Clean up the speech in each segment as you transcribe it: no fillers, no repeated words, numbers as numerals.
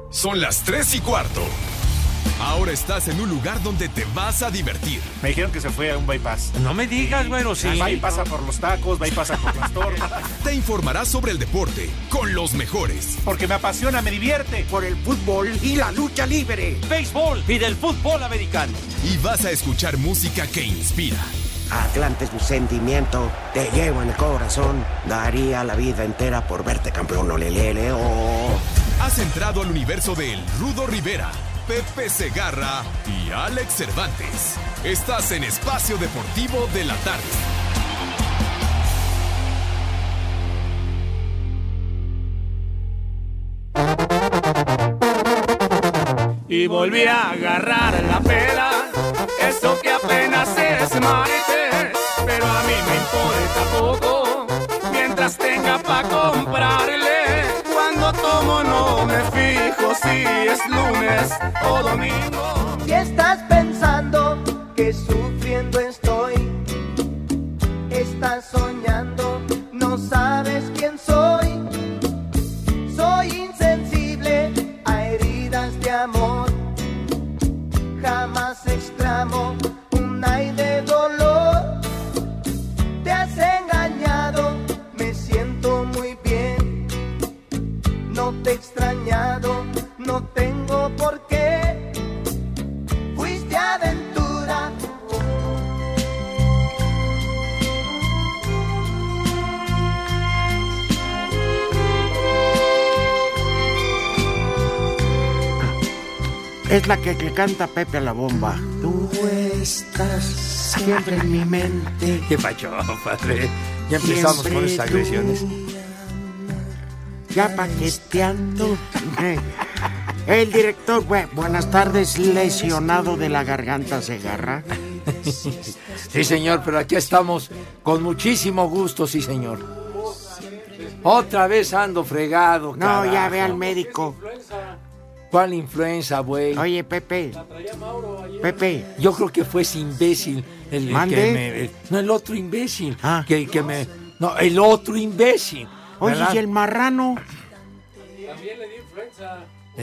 Son las 3:15. Ahora estás en un lugar donde te vas a divertir. Me dijeron que se fue a un bypass. No me digas, bueno, sí. Va y pasa por los tacos, va y pasa por las tortas. Te informarás sobre el deporte con los mejores. Porque me apasiona, me divierte. Por el fútbol y la lucha libre. Béisbol y del fútbol americano. Y vas a escuchar música que inspira. Atlante es mi sentimiento, te llevo en el corazón. Daría la vida entera por verte campeón, olelele, oh. Has entrado al universo de El Rudo Rivera, Pepe Segarra y Alex Cervantes. Estás en Espacio Deportivo de la Tarde. Y volví a agarrar la pela, eso que apenas es martes, pero a mí me importa poco, mientras tenga pa' comprarle. Cuando tomo no me fijo si es lunes o domingo. Si estás pensando que sufriendo estoy, estás soñando, no sabes quién soy. Soy insensible a heridas de amor, jamás exclamo un ay de dolor. Te has engañado, me siento muy bien. No te he extrañado, no tengo por qué. Fuiste aventura. Es la que canta Pepe la Bomba. Tú estás siempre en mi mente. ¿Qué pacho, padre? Ya empezamos con esas agresiones. Ya paqueteando. El director, buenas tardes, lesionado de la garganta Segarra. Sí, señor, pero aquí estamos con muchísimo gusto, sí, señor. Otra vez ando fregado, No, carajo. ya ve al médico. ¿Cuál influenza, güey? Oye, Pepe. Pepe. Yo creo que fue ese imbécil. El ¿Mande? que no, el otro imbécil. Ah. No, el otro imbécil. Oye, ¿verdad? ¿y el marrano? También le di influenza.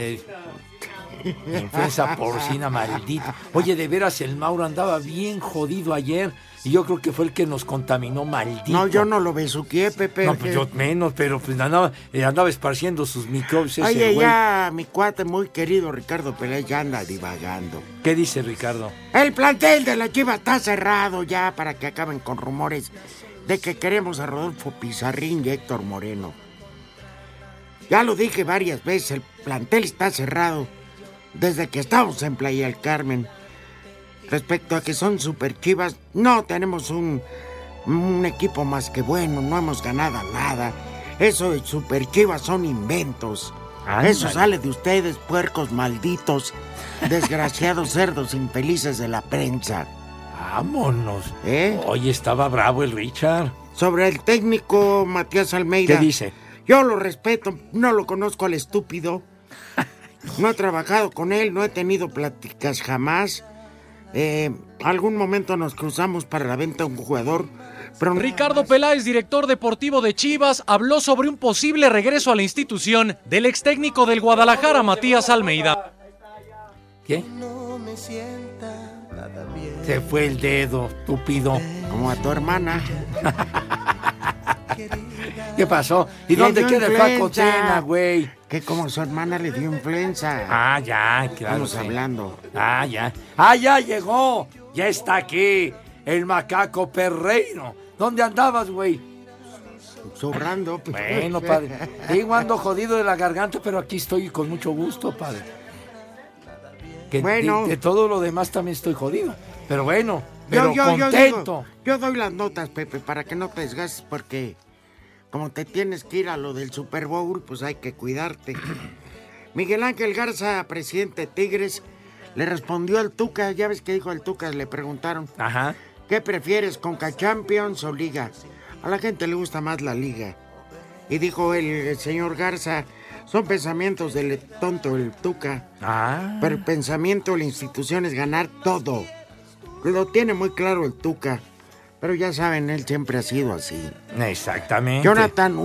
Influenza porcina, maldita. Oye, de veras, el Mauro andaba bien jodido ayer. Y yo creo que fue el que nos contaminó, maldito. No, yo no lo besuqué, Pepe. No, pues yo menos, pero pues andaba esparciendo sus microbios ese Oye, güey. ya, mi cuate muy querido Ricardo Peláez ya anda divagando. ¿Qué dice Ricardo? El plantel de la Chivas está cerrado ya para que acaben con rumores de que queremos a Rodolfo Pizarrín y Héctor Moreno. Ya lo dije varias veces, el plantel está cerrado desde que estamos en Playa del Carmen. Respecto a que son super Chivas, no tenemos un equipo más que bueno, no hemos ganado nada. Eso de super Chivas son inventos. Ándale. Eso sale de ustedes, puercos malditos, desgraciados cerdos infelices de la prensa. Vámonos. ¿Eh? Oye, estaba bravo el Richard. Sobre el técnico Matías Almeida. ¿Qué dice? Yo lo respeto, no lo conozco al estúpido. No he trabajado con él, no he tenido pláticas jamás. Algún momento nos cruzamos para la venta de un jugador, pero... Ricardo Peláez, director deportivo de Chivas, habló sobre un posible regreso a la institución del ex técnico del Guadalajara, Matías Almeida. ¿Qué? Se fue el dedo, estúpido. Como a tu hermana. ¿Qué pasó? ¿Y Le dónde dio queda el influenza. Flaco Tena, güey? Que como su hermana le dio influenza. Ah, ya, claro. Estamos sí. hablando. Ah, ya. Ah, ya llegó. Ya está aquí. El macaco Perreiro. ¿Dónde andabas, güey? Sobrando. Bueno, padre. Digo, ando jodido de la garganta, pero aquí estoy con mucho gusto, padre. Que Bueno. de todo lo demás también estoy jodido. Pero bueno, pero contento. Yo doy las notas, Pepe, para que no te desgastes, porque como te tienes que ir a lo del Super Bowl, pues hay que cuidarte. Miguel Ángel Garza, presidente de Tigres, le respondió al Tuca. Ya ves que dijo el Tuca, le preguntaron. Ajá. ¿Qué prefieres, Conca Champions o Liga? A la gente le gusta más la Liga. Y dijo el señor Garza, son pensamientos del tonto, el Tuca. Ah. Pero el pensamiento de la institución es ganar todo. Lo tiene muy claro el Tuca. Pero ya saben, él siempre ha sido así. Exactamente. Jonathan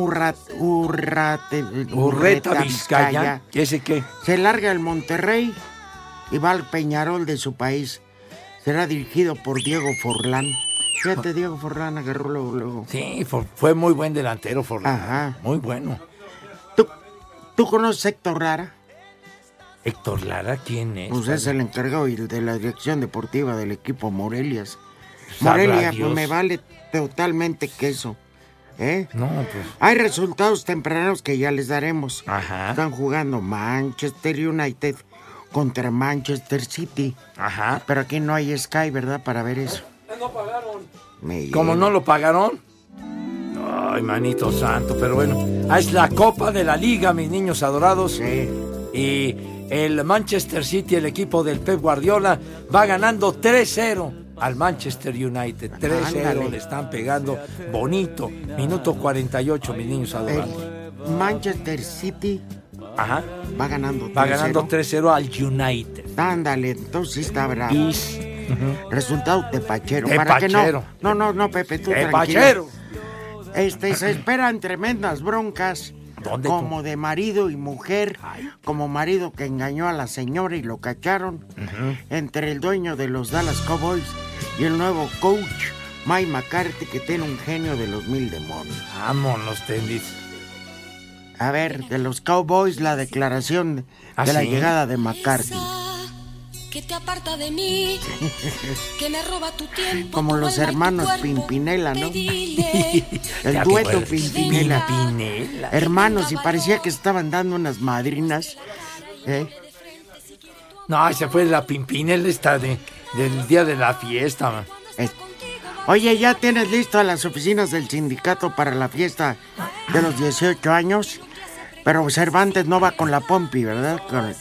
Urreta Vizcaya. ¿Ese qué? Se larga el Monterrey y va al Peñarol de su país. Será dirigido por Diego Forlán. Fíjate, Diego Forlán agarró luego. Sí, fue muy buen delantero Forlán. Ajá. Muy bueno. ¿Tú conoces a Héctor Lara? ¿Héctor Lara quién es? Pues es el encargado de la dirección deportiva del equipo Morelias. Sabrá Morelia, Dios. pues me vale totalmente queso. No, pues. Hay resultados tempranos que ya les daremos. Ajá. Están jugando Manchester United contra Manchester City. Ajá. Pero aquí no hay Sky, ¿verdad? Para ver eso. No pagaron. ¿Cómo no lo pagaron? Ay, manito santo, pero bueno. Es la Copa de la Liga, mis niños adorados. Sí. Y el Manchester City, el equipo del Pep Guardiola, va ganando 3-0 al Manchester United. 3-0 Ándale. le están pegando bonito. Minuto 48, mis niños adorados. El Manchester City Ajá. va ganando 3-0. Va ganando 3-0 al United. Ándale, entonces sí está bravo. Y Resultado tepachero. Tepachero. Para que no, Pepe, tú Pachero. tranquilo. Se esperan tremendas broncas. ¿Dónde Como de marido y mujer, como marido que engañó a la señora y lo cacharon, entre el dueño de los Dallas Cowboys y el nuevo coach, Mike McCarthy, que tiene un genio de los 1000 demonios. Vámonos, Tendis. A ver, de los Cowboys, la declaración ¿Ah, de la sí? llegada de McCarthy. Que te aparta de mí, que me roba tu tiempo. Como tu los alma y tu hermanos cuerpo. Pimpinela, ¿no? Pedile El dueto acuerdas? Pimpinela. Pimpinela. Hermanos, y parecía que estaban dando unas madrinas. No, ese fue la Pimpinela esta del día de la fiesta, man. Oye, ¿ya tienes listo a las oficinas del sindicato para la fiesta de los 18 años? Pero Cervantes no va con la Pompi, ¿verdad?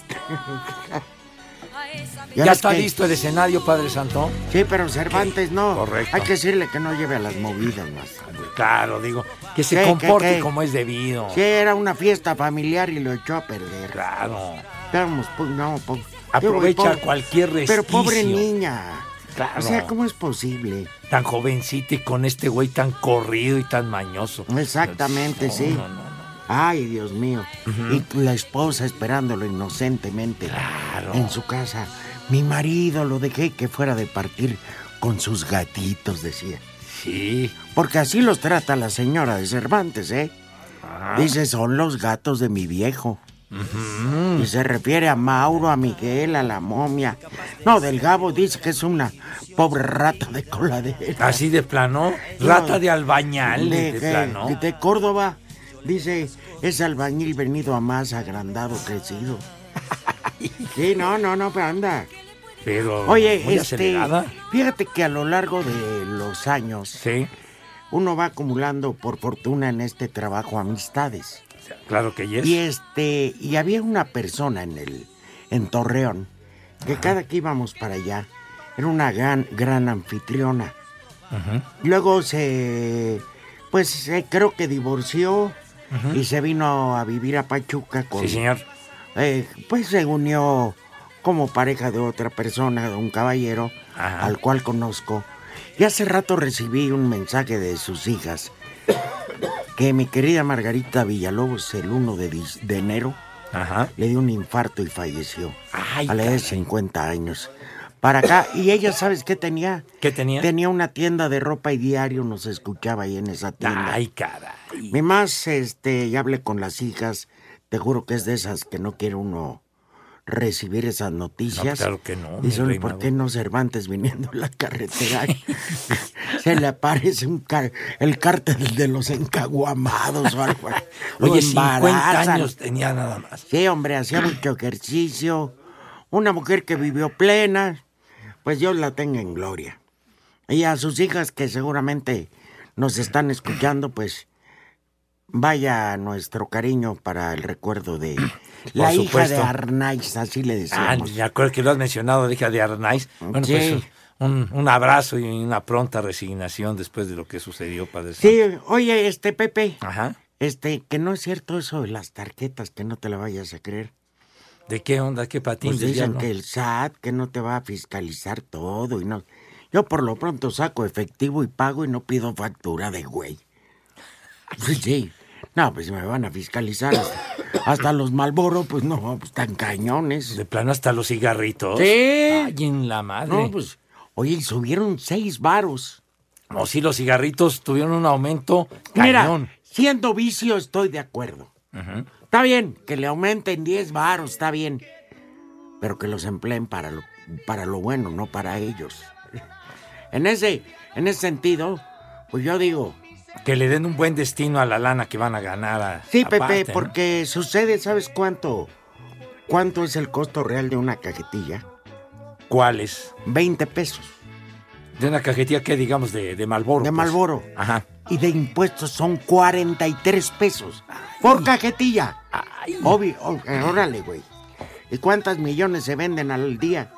¿Ya ves está que- listo el escenario, Padre Santo? Sí, pero Cervantes no. Correcto. Hay que decirle que no lleve a las movidas más. Claro, digo, que se ¿Qué, comporte qué? como es debido. Sí, era una fiesta familiar y lo echó a perder. Claro. Vamos, digo, Aprovecha pobre- cualquier resquicio. Pero pobre niña. Claro. O sea, ¿cómo es posible? Tan jovencita y con este güey tan corrido y tan mañoso. Exactamente, No, sí. no. Ay, Dios mío. Y la esposa esperándolo inocentemente Claro. en su casa. Mi marido lo dejé que fuera de partir con sus gatitos, decía. Sí. Porque así los trata la señora de Cervantes, ¿eh? Ah. Dice, son los gatos de mi viejo. Y se refiere a Mauro, a Miguel, a la momia. No, del Gabo dice que es una pobre rata de coladera. Así de plano. Rata de albañal, de plano. De Córdoba. Dice, es albañil venido a más agrandado, crecido. Sí, no, pero anda. Pero Oye, muy acelerada. fíjate que a lo largo de los años, Sí, uno va acumulando por fortuna en este trabajo amistades. claro que yes. Y había una persona en Torreón, que cada que íbamos para allá, era una gran anfitriona. Luego creo que divorció y se vino a vivir a Pachuca con... Sí, señor. Pues se unió como pareja de otra persona, de un caballero, Ajá. al cual conozco. Y hace rato recibí un mensaje de sus hijas, que mi querida Margarita Villalobos, el 1 de enero, Ajá. le dio un infarto y falleció. Ay, a la edad de caray. 50 años. Para acá, y ella, ¿sabes qué tenía? ¿Qué tenía? Tenía una tienda de ropa y diario nos escuchaba ahí en esa tienda. Ay, caray. Mi más, ya hablé con las hijas, te juro que es de esas que no quiere uno recibir esas noticias. No, claro que no, mi Dicen, rey ¿por mago. qué no Cervantes viniendo en la carretera? Se le aparece el cártel de los encaguamados o algo. Lo Oye, 50 embarazan. años tenía nada más. Sí, hombre, hacía mucho ejercicio. Una mujer que vivió plena, pues Dios la tenga en gloria. Y a sus hijas que seguramente nos están escuchando, pues vaya nuestro cariño para el recuerdo de la hija supuesto. de Arnaiz, así le Ah, decíamos. me acuerdo que lo has mencionado, de hija de Arnaiz. Bueno, Sí. pues un abrazo y una pronta resignación después de lo que sucedió, Padre Santo. Sí, oye, Pepe, Ajá. que no es cierto eso de las tarjetas, que no te la vayas a creer. ¿De qué onda? ¿Qué patín Pues del dicen diablo? que el SAT que no te va a fiscalizar todo y no. Yo por lo pronto saco efectivo y pago y no pido factura de güey. Sí. No, pues me van a fiscalizar. Hasta los Marlboro, pues no, pues están cañones. ¿De plano hasta los cigarritos? Sí. Ay, en la madre. No, pues, oye, subieron 6 varos. No, sí, los cigarritos tuvieron un aumento Mira, cañón. siendo vicio estoy de acuerdo. Está bien, que le aumenten 10 varos, está bien. Pero que los empleen para lo bueno, no para ellos. En ese sentido, pues yo digo... Que le den un buen destino a la lana que van a ganar. Sí, aparte, Pepe, porque sucede, ¿sabes cuánto es el costo real de una cajetilla? ¿Cuáles? 20 pesos. De una cajetilla que digamos de Marlboro. De Marlboro. Ajá. Y de impuestos son 43 pesos. Por cajetilla. Ay. Obvio, órale, güey. ¿Y cuántas millones se venden al día?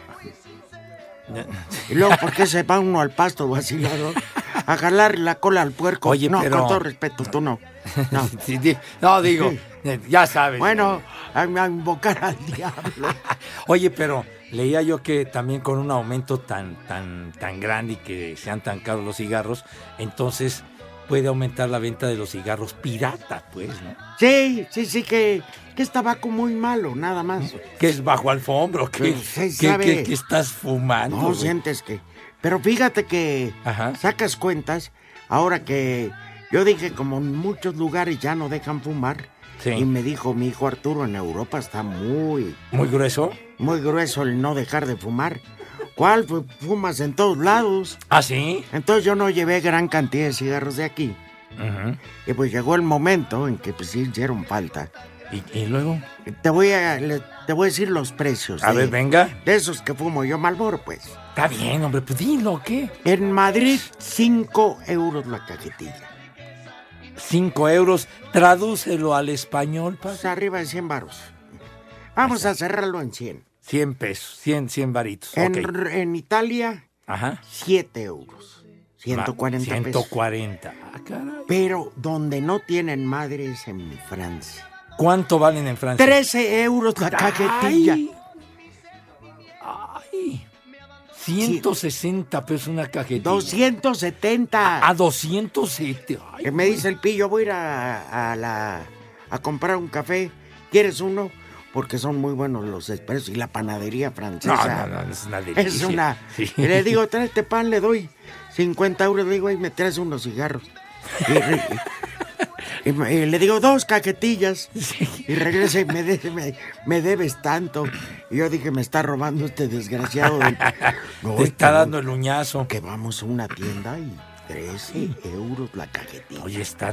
Y luego, ¿por qué se va uno al pasto vacilado? A jalar la cola al puerco. Oye, no, pero... con todo respeto, tú no. No, Sí, no digo, ya sabes. bueno, a invocar al diablo. Oye, pero leía yo que también con un aumento tan grande y que sean tan caros los cigarros, entonces puede aumentar la venta de los cigarros pirata, pues, ¿no? Sí, que es tabaco muy malo, nada más. Que es bajo alfombra, que estás fumando. No güey. sientes que... Pero fíjate que Ajá. sacas cuentas, ahora que yo dije como en muchos lugares ya no dejan fumar, Sí. y me dijo mi hijo Arturo, en Europa está muy ¿Muy grueso? el no dejar de fumar. ¿Cuál? Pues fumas en todos lados. ¿Ah, sí? Entonces yo no llevé gran cantidad de cigarros de aquí. Ujú. Y pues llegó el momento en que pues sí hicieron falta. ¿Y luego? Te voy a decir los precios. A ver, venga. De esos que fumo yo, Marlboro, pues. Está bien, hombre, pues dilo, ¿qué? En Madrid, 5 euros la cajetilla. 5 euros, tradúcelo al español, Pues arriba de 100 varos. Vamos a cerrarlo en 100. 100 pesos, 100 varitos. En, Ok. en Italia, Ajá. 7 euros. 140 pesos. 140. Ah, caray. Pero donde no tienen madre es en Francia. ¿Cuánto valen en Francia? 13 euros la cajetilla. Ay. 160 pesos una cajetilla. 270. A 207. Ay, Que me dice el pillo, voy a ir a comprar un café. ¿Quieres uno? Porque son muy buenos los expresos y la panadería francesa. No, es una delicia. Es una... Sí. Y le digo, tráete pan, le doy 50 euros. Le digo, y me traes unos cigarros. Y le digo, 2 cajetillas. Y regresa y me debes tanto. Y yo dije, me está robando este desgraciado. No, Te está dando el uñazo. que vamos a una tienda y 13 euros la cajetilla. Oye, está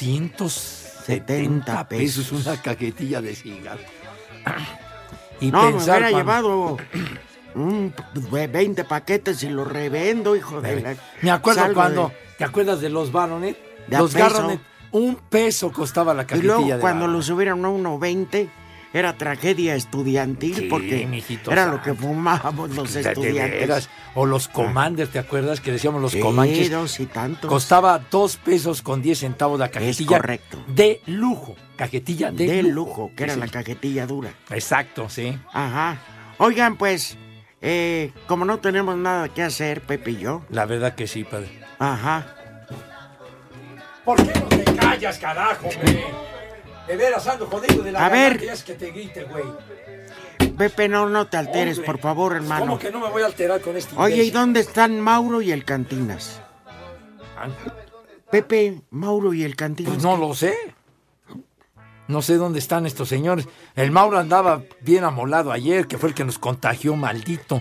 270 pesos una cajetilla de cigarros. Y No, me pensar, hubiera cuando- llevado 20 paquetes y los revendo, hijo de la... Me acuerdo Salgo cuando... de- ¿Te acuerdas de los Baronet? De a Los peso. Garronet. 1 peso costaba la Y cajetilla luego de cuando Baronet. lo subieron a 1.20 era tragedia estudiantil, Sí, porque mijito era santo. lo que fumábamos los De estudiantes. veras. O los Commanders, ¿te acuerdas? Que decíamos los Sí, Comanches. 2 y tantos. Costaba 2 pesos con 10 centavos la cajetilla. correcto. De lujo. Cajetilla de lujo. lujo, que era Sí, la cajetilla dura. Exacto, sí. Ajá. Oigan, pues, como no tenemos nada que hacer, Pepe y yo. La verdad que sí, padre. Ajá. ¿Por qué no te callas, carajo, güey? De veras ando jodido de la A ver. garganta, ya es que te grite, güey. Pepe, no te alteres, Hombre, por favor, hermano. ¿Cómo que no me voy a alterar con este Oye, ¿y imbécil? dónde están Mauro y el Cantinas? Ah, Pepe, Mauro y el Cantinas. Pues no lo sé. No sé dónde están estos señores. El Mauro andaba bien amolado ayer, que fue el que nos contagió, maldito.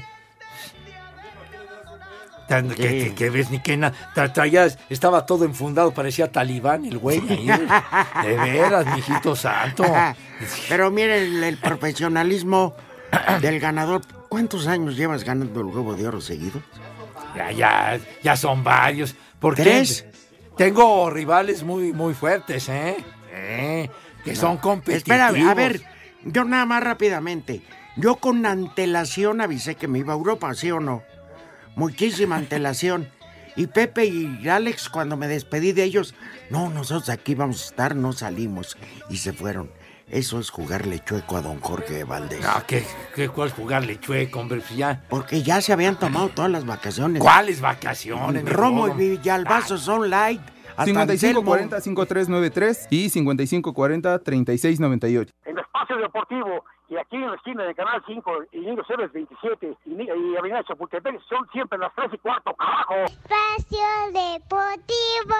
Que ves ni que nada. Traías, estaba todo enfundado, parecía talibán el güey ahí. De veras, mijito santo. Pero miren el profesionalismo del ganador. ¿Cuántos años llevas ganando el Huevo de Oro seguido? Ya son varios. ¿Por qué? 3. Tengo rivales muy fuertes, que son competitivos. Espérame, a ver, yo nada más rápidamente. Yo con antelación avisé que me iba a Europa, ¿sí o no? Muchísima antelación. Y Pepe y Alex, cuando me despedí de ellos, no, nosotros aquí vamos a estar, no salimos. Y se fueron. Eso es jugarle chueco a don Jorge Valdés. No, ¿cuál es jugarle chueco, hombre? Pues ya. Porque ya se habían tomado todas las vacaciones. ¿Cuáles vacaciones? Romo y Villalbazo son light. 5540-5393 y 5540-3698. En Espacio Deportivo y aquí en la esquina de Canal 5 y Niño Ceres 27 y Avenida Chapultepec son siempre las 3:15, carajo. Espacio Deportivo.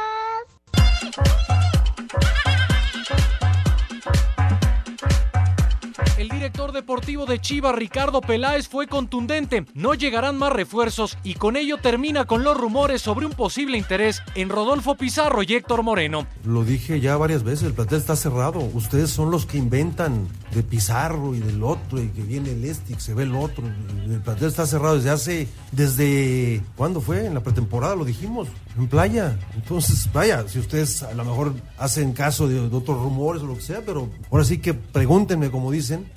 El director deportivo de Chivas, Ricardo Peláez, fue contundente. No llegarán más refuerzos y con ello termina con los rumores sobre un posible interés en Rodolfo Pizarro y Héctor Moreno. Lo dije ya varias veces, el plantel está cerrado. Ustedes son los que inventan de Pizarro y del otro, y que viene el este y que se ve el otro. El plantel está cerrado desde ¿cuándo fue? En la pretemporada lo dijimos, en Playa. Entonces, vaya, si ustedes a lo mejor hacen caso de otros rumores o lo que sea, pero ahora sí que pregúntenme, como dicen.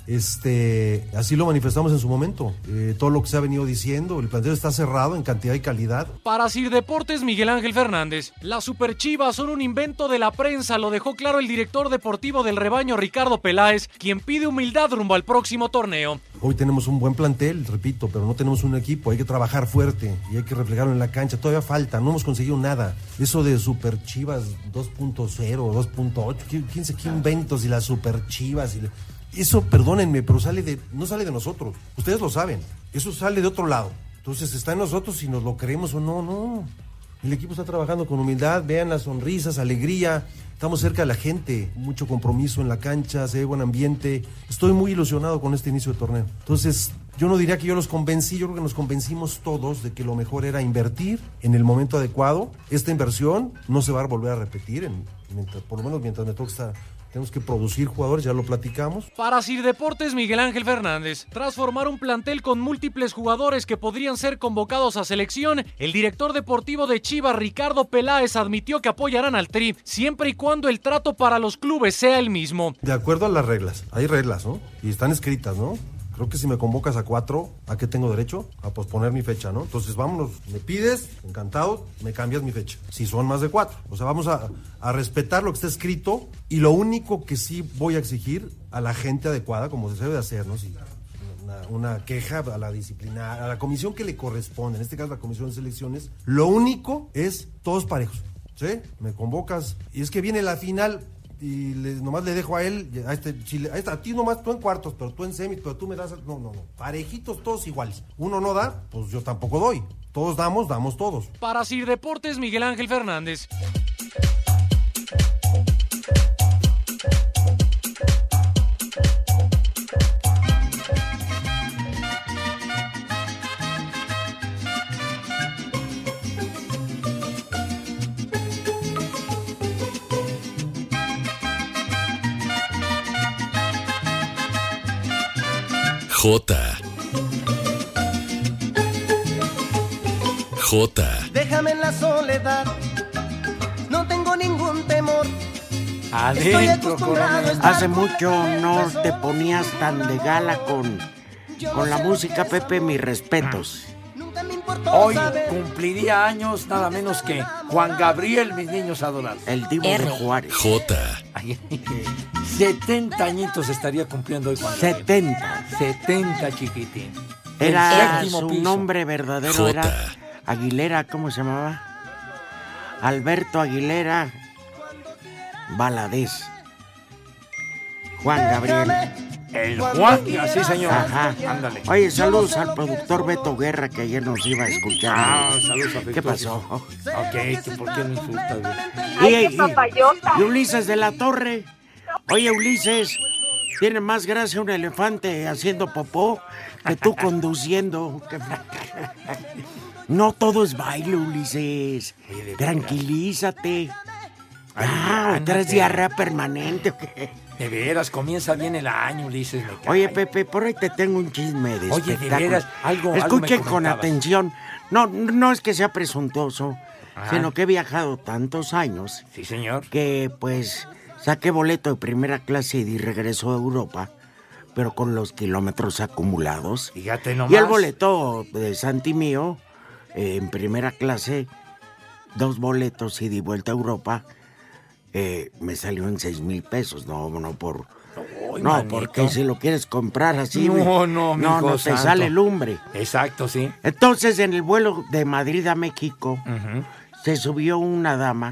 Así lo manifestamos en su momento. Todo lo que se ha venido diciendo, el plantel está cerrado en cantidad y calidad. Para Sir Deportes, Miguel Ángel Fernández. Las Superchivas son un invento de la prensa, lo dejó claro el director deportivo del rebaño, Ricardo Peláez, quien pide humildad rumbo al próximo torneo. Hoy tenemos un buen plantel, repito, pero no tenemos un equipo. Hay que trabajar fuerte y hay que reflejarlo en la cancha. Todavía falta, no hemos conseguido nada. Eso de Superchivas 2.0, 2.8, ¿quién inventó? Si las Superchivas eso, perdónenme, pero no sale de nosotros. Ustedes lo saben. Eso sale de otro lado. Entonces está en nosotros si nos lo creemos o no. No. El equipo está trabajando con humildad. Vean las sonrisas, alegría. Estamos cerca de la gente. Mucho compromiso en la cancha. Se ve buen ambiente. Estoy muy ilusionado con este inicio de torneo. Entonces, yo no diría que yo los convencí. Yo creo que nos convencimos todos de que lo mejor era invertir en el momento adecuado. Esta inversión no se va a volver a repetir. Por lo menos mientras me toque estar. Tenemos que producir jugadores, ya lo platicamos. Para Sir Deportes, Miguel Ángel Fernández. Tras formar un plantel con múltiples jugadores que podrían ser convocados a selección, el director deportivo de Chivas, Ricardo Peláez, admitió que apoyarán al Tri, siempre y cuando el trato para los clubes sea el mismo. De acuerdo a las reglas, hay reglas, ¿no? Y están escritas, ¿no? Creo que si me convocas a 4, ¿a qué tengo derecho? A posponer mi fecha, ¿no? Entonces vámonos, me pides, encantado, me cambias mi fecha. Si son más de 4. O sea, vamos a respetar lo que está escrito y lo único que sí voy a exigir a la gente adecuada, como se debe de hacer, ¿no? Si una queja a la disciplina, a la comisión que le corresponde, en este caso la comisión de selecciones, lo único es todos parejos, ¿sí? Me convocas y es que viene la final... Y nomás le dejo a él, a ti nomás tú en cuartos, pero tú en semis, pero tú me das... No, parejitos todos iguales. Uno no da, pues yo tampoco doy. Todos damos todos. Para Sir Deportes, Miguel Ángel Fernández. Déjame en la soledad, no tengo ningún temor. Adentro, hace mucho no te ponías tan de gala con la música, Pepe, mis respetos. Hoy cumpliría años nada menos que Juan Gabriel, mis niños adorados. El divo de Juárez. 70 añitos estaría cumpliendo hoy Juan Gabriel. 70, chiquitín. Era su nombre verdadero, era Aguilera, ¿cómo se llamaba? Alberto Aguilera Valadez. Juan Gabriel. El Juan, sí señor. Ajá. Ándale. Oye, saludos al productor Beto Guerra, que ayer nos iba a escuchar. Saludos a Beto. ¿Qué pasó? Ok, ¿por qué me insultas, güey? Y Ulises de la Torre. Oye, Ulises, tiene más gracia un elefante haciendo popó que tú conduciendo. No todo es baile, Ulises. Tranquilízate. ¿Traes diarrea permanente o qué? De veras, comienza bien el año, Ulises. Oye, Pepe, por ahí te tengo un chisme de Oye, espectáculo. de veras, algo Escuchen me con atención. No es que sea presuntuoso, sino que he viajado tantos años. Sí, señor. Que, pues, saqué boleto de primera clase y regreso a Europa, pero con los kilómetros acumulados. Fíjate nomás. Y el boleto de Santi mío, en primera clase, 2 boletos ida y vuelta a Europa, me salió en 6,000 pesos, no por No, manito. porque si lo quieres comprar así, no, no te sale lumbre. Exacto, sí. Entonces, en el vuelo de Madrid a México, se subió una dama,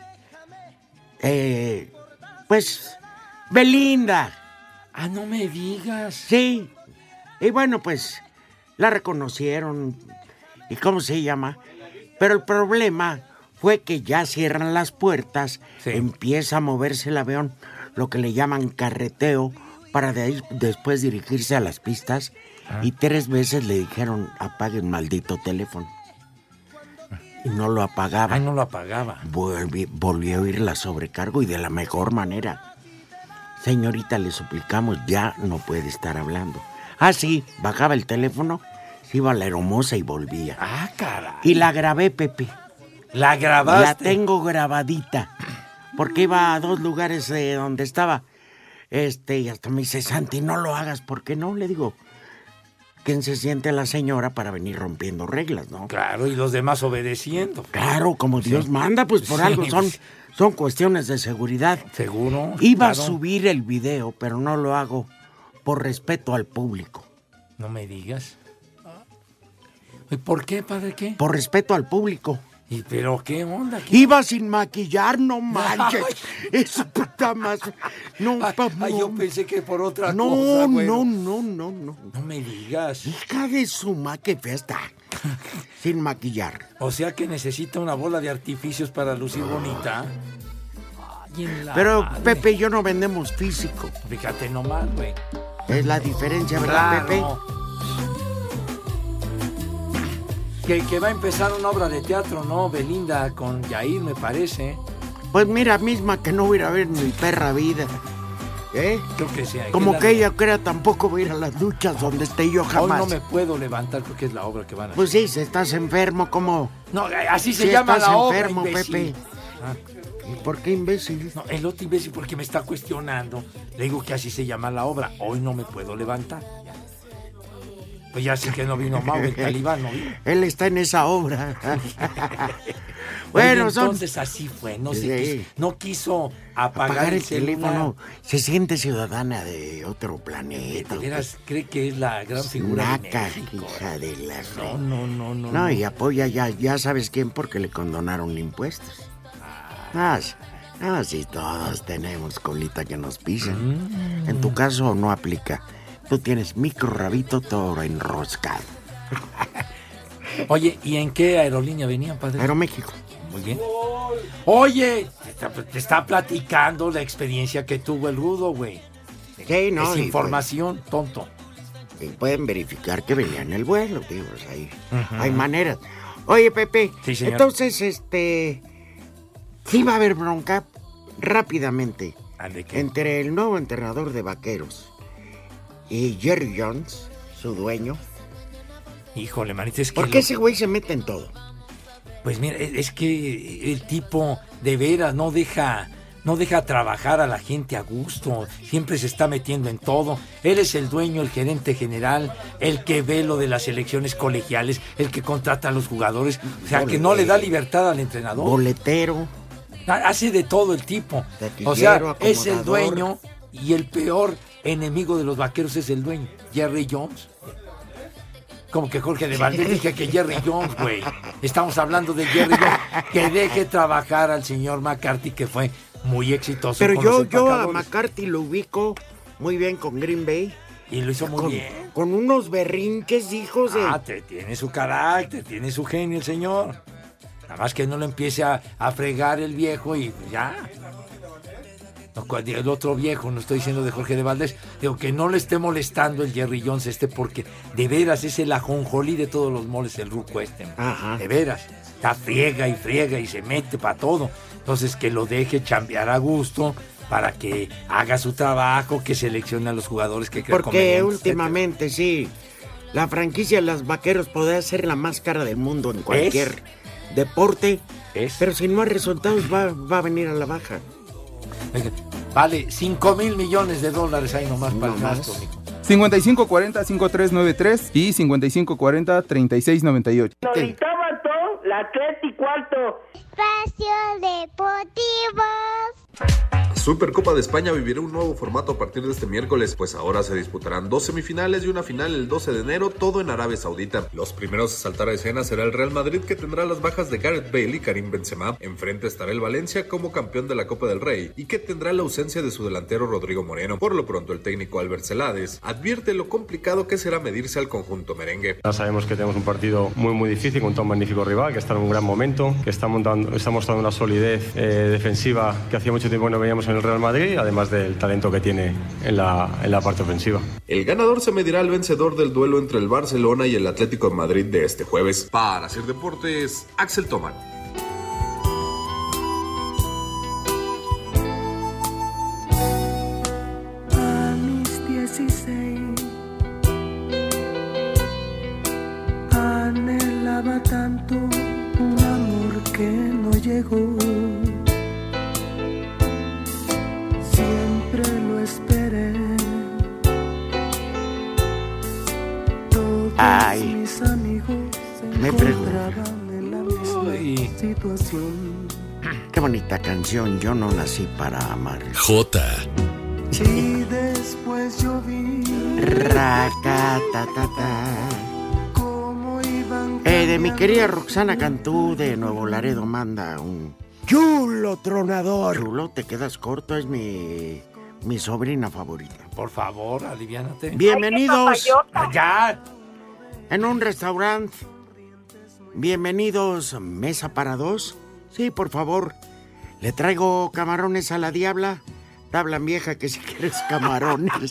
pues, Belinda. Ah, no me digas. Sí. Y bueno, pues, la reconocieron. ¿Y cómo se llama? Pero el problema fue que ya cierran las puertas, empieza a moverse el avión, lo que le llaman carreteo, para de ahí después dirigirse a las pistas, y 3 veces le dijeron, apague el maldito teléfono. Y no lo apagaba. Ay, no lo apagaba. Volvió a oír la sobrecargo y de la mejor manera. Señorita, le suplicamos, ya no puede estar hablando. Ah, sí, bajaba el teléfono, se iba a la hermosa y volvía. Ah, caray. Y la grabé, Pepe. ¿La grabaste? La tengo grabadita. Porque iba a 2 lugares donde estaba. Y hasta me dice, Santi, no lo hagas. ¿Por qué no? Le digo, ¿quién se siente la señora para venir rompiendo reglas, no? Claro, y los demás obedeciendo. Claro, como Dios manda, pues por algo son cuestiones de seguridad. Seguro. Iba a subir el video, pero no lo hago por respeto al público. No me digas. ¿Y por qué, padre, qué? Por respeto al público. ¿Y pero qué onda? Iba sin maquillar, no manches. Eso puta más. No, yo pensé que por otra cosa, güey. No. No me digas. Hija de su ma, qué fea está. Sin maquillar. O sea que necesita una bola de artificios para lucir bonita. Ay, pero, madre. Pepe, yo no vendemos físico. Fíjate nomás, güey. Es la diferencia, ¿verdad, Pepe? Que va a empezar una obra de teatro, ¿no? Belinda con Yair, me parece. Pues mira, misma que no voy a ir a ver mi perra vida. ¿Eh? Creo que sí. Como que ella crea, tampoco voy a ir a las luchas donde esté yo jamás. Hoy no me puedo levantar porque es la obra que van a hacer. Pues sí, si estás enfermo, ¿cómo? No, así se llama la obra, enfermo, imbécil. Pepe. ¿Y por qué imbécil? No, el otro imbécil porque me está cuestionando. Le digo que así se llama la obra. Hoy no me puedo levantar. Pues ya sé que no vino Mau, el talibán no vino. Él está en esa obra. Bueno, entonces así fue. No quiso apagar el teléfono. Se siente ciudadana de otro planeta. ¿De veras cree que es la gran figura de México? Hija de la... No. No, y apoya ya sabes quién, porque le condonaron impuestos. Sí, todos tenemos colita que nos pisan. En tu caso no aplica. Tú tienes micro rabito todo enroscado. Oye, ¿y en qué aerolínea venían, padre? Aeroméxico. Muy bien. Oye, te está platicando la experiencia que tuvo el Rudo, güey. Sí, no. Es información, tonto. Y pueden verificar que venía en el vuelo, digo, ahí. Hay maneras. Oye, Pepe, sí, señor. Entonces, sí va a haber bronca rápidamente entre el nuevo entrenador de Vaqueros y Jerry Jones, su dueño. Híjole, manito, es que... ¿Por qué ese güey se mete en todo? Pues mira, es que el tipo de veras no deja trabajar a la gente a gusto. Siempre se está metiendo en todo. Él es el dueño, el gerente general, el que ve lo de las elecciones colegiales, el que contrata a los jugadores. O sea, que no le da libertad al entrenador. Boletero. Hace de todo el tipo. O sea, es el dueño y el peor enemigo de los Vaqueros es el dueño, Jerry Jones. Como que Jorge de Valdés, dije que Jerry Jones, güey. Estamos hablando de Jerry Jones. Que deje trabajar al señor McCarthy, que fue muy exitoso. Pero yo a McCarthy lo ubico muy bien con Green Bay. Y lo hizo muy bien. Con unos berrinches, hijos de... Tiene su carácter, tiene su genio el señor. Nada más que no lo empiece a fregar el viejo y ya. El otro viejo, no estoy diciendo de Jorge de Valdés, digo que no le esté molestando el Jerry Jones porque de veras es el ajonjolí de todos los moles el ruco Ajá. De veras, está friega y se mete para todo. Entonces que lo deje chambear a gusto para que haga su trabajo, que seleccione a los jugadores que crea conveniente. Porque últimamente, sí, la franquicia de los Vaqueros podría ser la más cara del mundo en cualquier deporte, pero si no hay resultados va a venir a la baja. Vale $5,000 millones ahí nomás para el gasto, mijo. 5540-5393 y 5540-3698. Ahorita todo, la 3 y cuarto. Espacio Deportivo. Supercopa de España vivirá un nuevo formato a partir de este miércoles, pues ahora se disputarán 2 semifinales y una final el 12 de enero, todo en Arabia Saudita. Los primeros a saltar a escena será el Real Madrid, que tendrá las bajas de Gareth Bale y Karim Benzema. Enfrente estará el Valencia como campeón de la Copa del Rey y que tendrá la ausencia de su delantero Rodrigo Moreno. Por lo pronto, el técnico Albert Celades advierte lo complicado que será medirse al conjunto merengue. Ya sabemos que tenemos un partido muy difícil contra un magnífico rival, que está en un gran momento, que está mostrando una solidez defensiva que hacía mucho tiempo que no veíamos en el Real Madrid, además del talento que tiene en la parte ofensiva. El ganador se medirá al vencedor del duelo entre el Barcelona y el Atlético de Madrid de este jueves. Para Hacer Deportes, Axel Toman. A mis 16 anhelaba tanto un amor que no llegó. Siempre lo esperé. Todos mis amigos se encontraban en la misma situación. Qué bonita canción, Yo no nací para amar. J. Y después yo vi cómo iban de mi querida Roxana Cantú de Nuevo Laredo manda un chulo tronador. Chulo, te quedas corto, es mi sobrina favorita. Por favor, aliviánate. Bienvenidos allá en un restaurante. Bienvenidos, mesa para dos. Sí, por favor. Le traigo camarones a la diabla. Tabla vieja que si quieres camarones.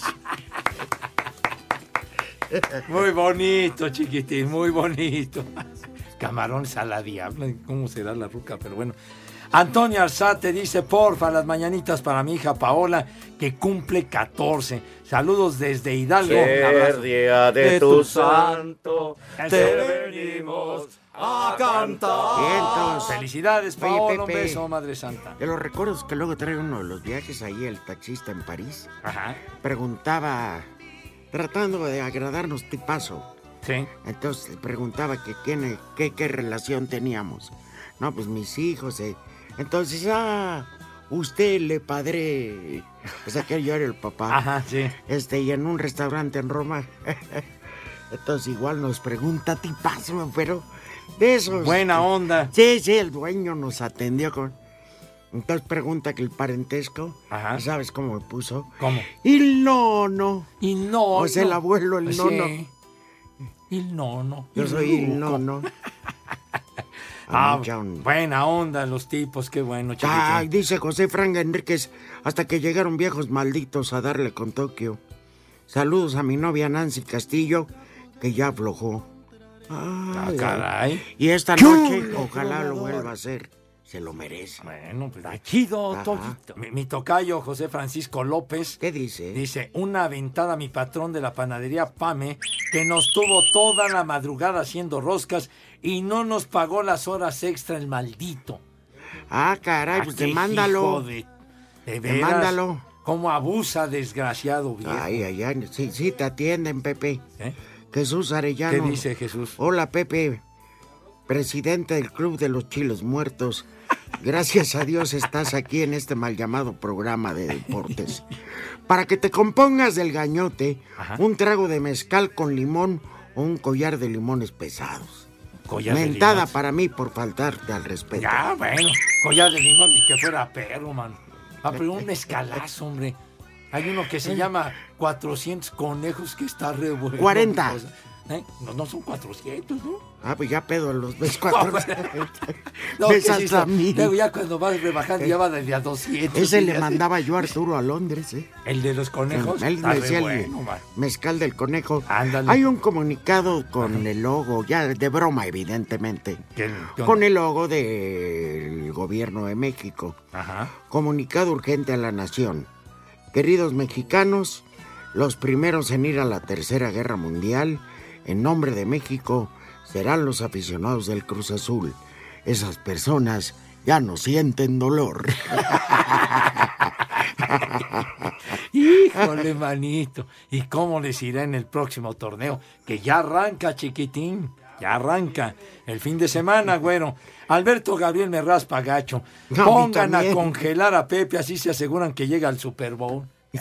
Muy bonito, chiquitín, muy bonito. Camarones a la diabla, ¿cómo será la ruca? Pero bueno. Antonio Alzate dice, porfa, las mañanitas para mi hija Paola, que cumple 14. Saludos desde Hidalgo. Ser día de tu santo, te venimos a cantar. Vientos. Felicidades, Paola. Oye, Pepe, un beso, Madre Santa. De los recuerdos que luego trae uno de los viajes ahí, el taxista en París. Ajá. Preguntaba, tratando de agradarnos tipazo. Sí. Entonces preguntaba que qué relación teníamos. No, pues mis hijos. Entonces, usted le padre. O sea, que yo era el papá. Ajá, sí. Y en un restaurante en Roma. Entonces igual nos pregunta tipazo, pero de esos. Buena onda. Sí, el dueño nos atendió con. Entonces pregunta que el parentesco. Ajá. ¿Sabes cómo me puso? ¿Cómo? Il nono. Il nono. O sea, el abuelo, el nono. Sí. Il nono. Yo soy il nono. Buena onda los tipos, qué bueno, chiquitín. Dice José Franga Enríquez, hasta que llegaron viejos malditos a darle con Tokio. Saludos a mi novia Nancy Castillo, que ya aflojó. Caray. Y esta noche, ojalá lo vuelva a hacer. Se lo merece. Bueno, pues chido, mi tocayo José Francisco López. ¿Qué dice? Dice, una aventada a mi patrón de la panadería Pame, que nos tuvo toda la madrugada haciendo roscas y no nos pagó las horas extra el maldito. Caray, pues demándalo. De veras, demándalo. Cómo abusa, desgraciado viejo. Ay, sí, te atienden, Pepe. Jesús Arellano. ¿Qué dice Jesús? Hola, Pepe, presidente del Club de los Chiles Muertos. Gracias a Dios estás aquí en este mal llamado programa de deportes. Para que te compongas del gañote, un trago de mezcal con limón o un collar de limones pesados. Mentada para mí por faltarte al respeto. Ya, bueno, collar de limón y que fuera perro, mano. Pero un mezcalazo, hombre. Hay uno que se llama 400 conejos que está re bueno. 40. No son 400, ¿no? Pues ya pedo los ves 400. No, ves hasta mí. Luego ya cuando vas rebajando ya va desde a 200. Ese le mandaba yo a Arturo a Londres, ¿El de los conejos? Él me decía el mezcal del conejo. Ándale. Hay un comunicado con el logo, ya de broma evidentemente, con el logo del gobierno de México. Comunicado urgente a la nación. Queridos mexicanos, los primeros en ir a la Tercera Guerra Mundial, en nombre de México, serán los aficionados del Cruz Azul. Esas personas ya no sienten dolor. Híjole, manito. ¿Y cómo les irá en el próximo torneo? Que ya arranca, chiquitín. Ya arranca el fin de semana, güero. Alberto Gabriel me raspa gacho. No, Pongan a también. congelar a Pepe, así se aseguran que llega al Super Bowl.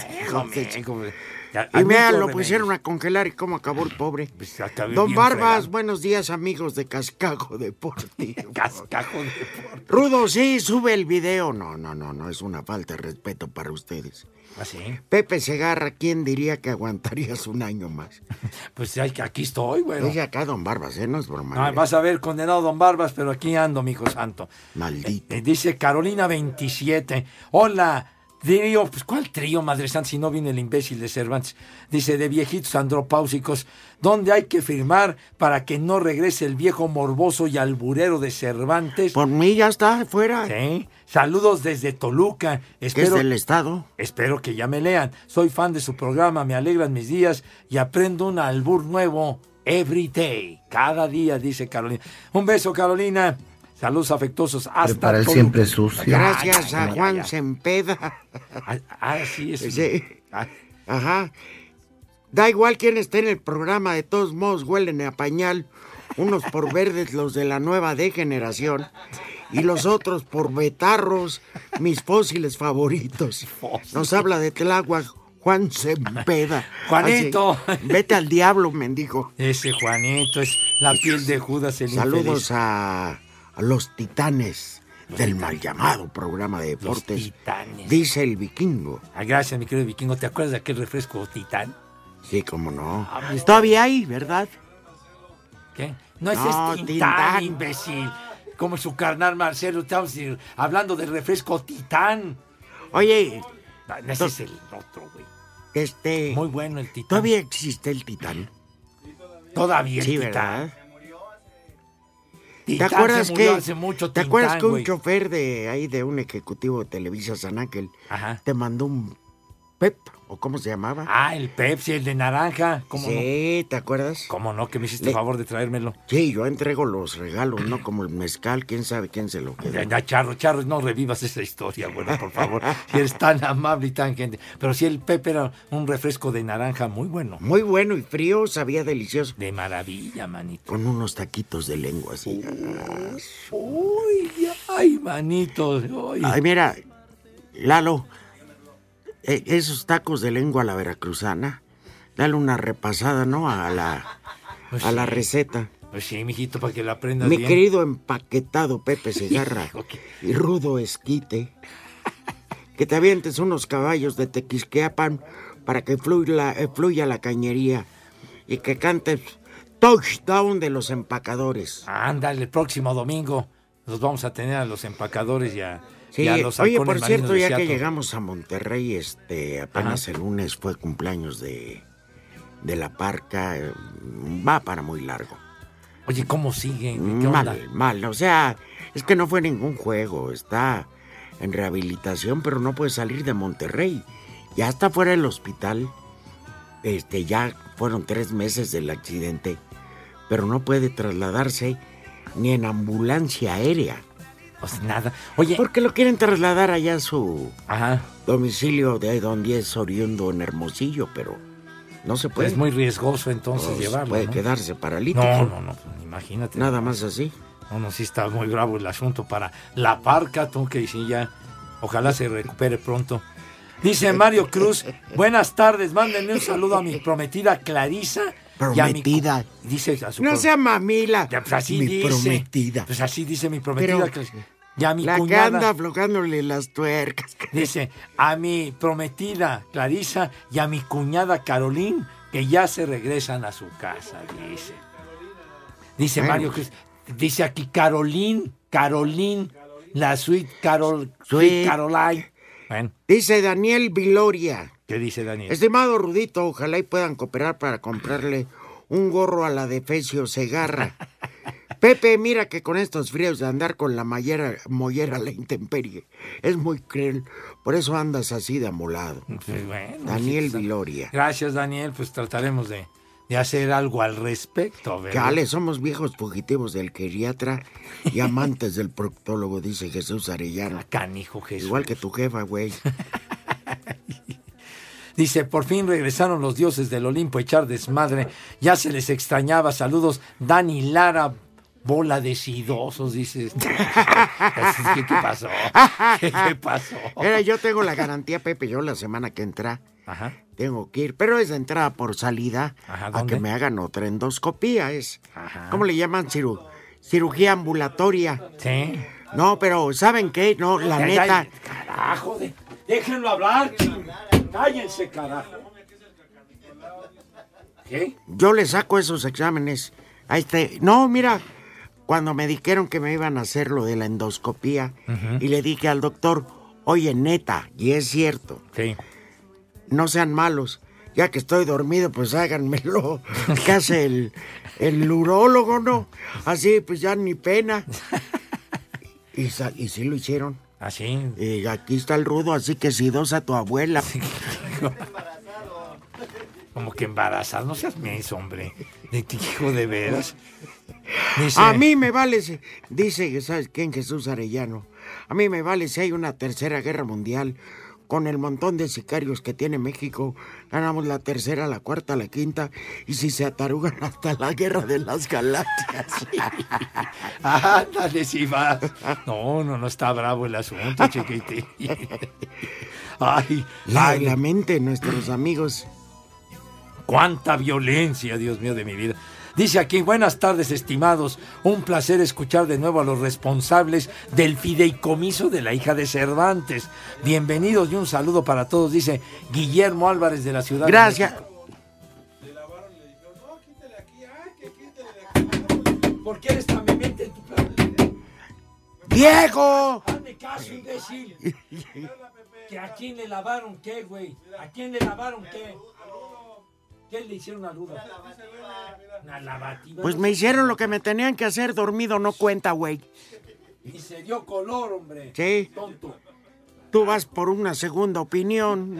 Y mira, lo pusieron a congelar y cómo acabó el pobre. Don Barbas, buenos días, amigos de Cascajo Deportivo. Cascajo Deportivo. Rudo, sí, sube el video. No, es una falta de respeto para ustedes. ¿Ah, sí? Pepe Segarra, ¿quién diría que aguantarías un año más? Pues aquí estoy, güero. Dice acá Don Barbas, no es broma. No, vas a ver, condenado Don Barbas, pero aquí ando, mijo santo. Maldito. Dice Carolina 27. Hola. Trío, pues ¿cuál trío, Madre Santa, si no viene el imbécil de Cervantes? Dice, de viejitos andropáusicos, ¿dónde hay que firmar para que no regrese el viejo morboso y alburero de Cervantes? Por mí ya está, fuera. Sí, saludos desde Toluca. Espero, ¿es del estado? Espero que ya me lean. Soy fan de su programa, me alegran mis días y aprendo un albur nuevo every day. Cada día, dice Carolina. Un beso, Carolina. Saludos afectuosos hasta para él siempre sucio. Gracias a Juan Sempeda. Sí, es. Sí. Ajá. Da igual quién esté en el programa, de todos modos huelen a pañal. Unos por verdes, los de la nueva degeneración, y los otros por betarros, mis fósiles favoritos. Nos habla de Tláhuac Juan Sempeda. Juanito. Así, vete al diablo, mendigo. Ese Juanito es la piel de Judas el Saludos infeliz. a los titanes del mal llamado programa de deportes. Los titanes. Dice el vikingo. Gracias, mi querido vikingo. ¿Te acuerdas de aquel refresco Titán? Sí, cómo no. Todavía hay, ¿verdad? ¿Qué? No, ese es Titán, imbécil. Como su carnal Marcelo, estamos hablando del refresco Titán. Oye. Ese es el otro, güey. Muy bueno el Titán. ¿Todavía existe el Titán? Todavía el sí, Titán. ¿verdad? Titán ¿Te acuerdas ¿Te acuerdas que un chofer de un ejecutivo de Televisa San Ángel te mandó un Pep, o cómo se llamaba? El Pepsi, el de naranja. ¿Cómo sí, no? ¿Te acuerdas? ¿Cómo no? Que me hiciste el favor de traérmelo. Sí, yo entrego los regalos, no como el mezcal, quién sabe quién se lo quedó. Ya, Charro, no revivas esa historia, bueno, por favor. Si eres tan amable y tan gente. Pero sí, el Pep era un refresco de naranja muy bueno. Muy bueno y frío, sabía delicioso. De maravilla, manito. Con unos taquitos de lengua así. Uy, ay, manito. Uy. Ay, mira, Lalo, esos tacos de lengua a la veracruzana, dale una repasada, ¿no? A la receta. Pues sí, mijito, para que la aprendas Mi bien. querido empaquetado Pepe Segarra y rudo esquite, que te avientes unos caballos de Tequisquiapan para que fluya la cañería y que cantes Touchdown de los Empacadores. Ándale, el próximo domingo nos vamos a tener a los empacadores y a los oye, halcones por cierto, marinos de ya Seattle. que llegamos a Monterrey, apenas el lunes fue cumpleaños de la Parca, va para muy largo. Oye, ¿cómo sigue? ¿Qué onda? Mal, o sea, es que no fue ningún juego, está en rehabilitación, pero no puede salir de Monterrey. Ya está fuera del hospital, ya fueron 3 meses del accidente, pero no puede trasladarse ni en ambulancia aérea. Pues nada. Oye, porque lo quieren trasladar allá a su domicilio de donde es oriundo en Hermosillo, pero no se puede. Es muy riesgoso entonces llevarlo, puede ¿no? quedarse paralítico. No, imagínate. Nada más así. No, sí está muy bravo el asunto para la Parca, tú que sí ya, ojalá se recupere pronto. Dice Mario Cruz, buenas tardes, mándenme un saludo a mi prometida Clarisa. Prometida. Dice a su no sea mamila. Pues así mi dice. Prometida. Pues así dice mi prometida. Y a mi la cuñada, que anda aflojándole las tuercas. Dice, a mi prometida Clarisa y a mi cuñada Carolín, que ya se regresan a su casa, dice. Dice Mario Cruz, dice aquí Carolín, la Sweet Caroline. Bueno. Dice Daniel Viloria. ¿Qué dice Daniel? Estimado Rudito, ojalá y puedan cooperar para comprarle un gorro a la Defecio Segarra. Pepe, mira que con estos fríos de andar con la mollera a la intemperie es muy cruel, por eso andas así de amolado. Pues bueno, Daniel Viloria. Gracias, Daniel, pues trataremos de hacer algo al respecto, ¿verdad? Chale, somos viejos fugitivos del geriatra y amantes del proctólogo, dice Jesús Arellano. Canijo Jesús. Igual que tu jefa, güey. Dice, por fin regresaron los dioses del Olimpo a echar desmadre. Ya se les extrañaba. Saludos, Dani Lara, bola de sidosos, dice. ¿Qué pasó? ¿Qué pasó? Mira, yo tengo la garantía, Pepe, yo la semana que entra tengo que ir, pero es de entrada por salida a que me hagan otra endoscopía. ¿Cómo le llaman? Cirugía ambulatoria. Sí. No, pero ¿saben qué? No, la neta. Carajo, déjenlo hablar. Cállense, carajo. ¿Qué? Yo le saco esos exámenes. No, mira, cuando me dijeron que me iban a hacer lo de la endoscopía, y le dije al doctor, oye, neta, y es cierto, no sean malos, ya que estoy dormido, pues háganmelo. ¿Qué hace el urólogo, no? Así, pues ya ni pena. Y sí lo hicieron. ¿Así? Y aquí está el rudo, así que sidosa tu abuela. Como que embarazado, no seas menso, hombre. Hijo de veras. Dice, a mí me vale, dice, ¿sabes quién? Jesús Arellano. A mí me vale si hay una tercera guerra mundial. Con el montón de sicarios que tiene México, ganamos la tercera, la cuarta, la quinta, y si se atarugan hasta la guerra de las galaxias. Ándale, si vas. No está bravo el asunto, chiquitín. Ay, la mente de nuestros amigos. Cuánta violencia, Dios mío de mi vida. Dice aquí, buenas tardes, estimados. Un placer escuchar de nuevo a los responsables del fideicomiso de la hija de Cervantes. Bienvenidos y un saludo para todos, dice Guillermo Álvarez de la Ciudad Gracias. de México. ¿Por qué eres tan vehemente en tu plan? ¡Viejo! Hazme caso, imbécil. ¿Que a quién le lavaron qué, güey? ¿A quién le lavaron qué? ¿Qué le hicieron a Luda? Una lavativa. Pues me hicieron lo que me tenían que hacer, dormido no cuenta, güey. Y se dio color, hombre. Sí. Tonto. Tú vas por una segunda opinión.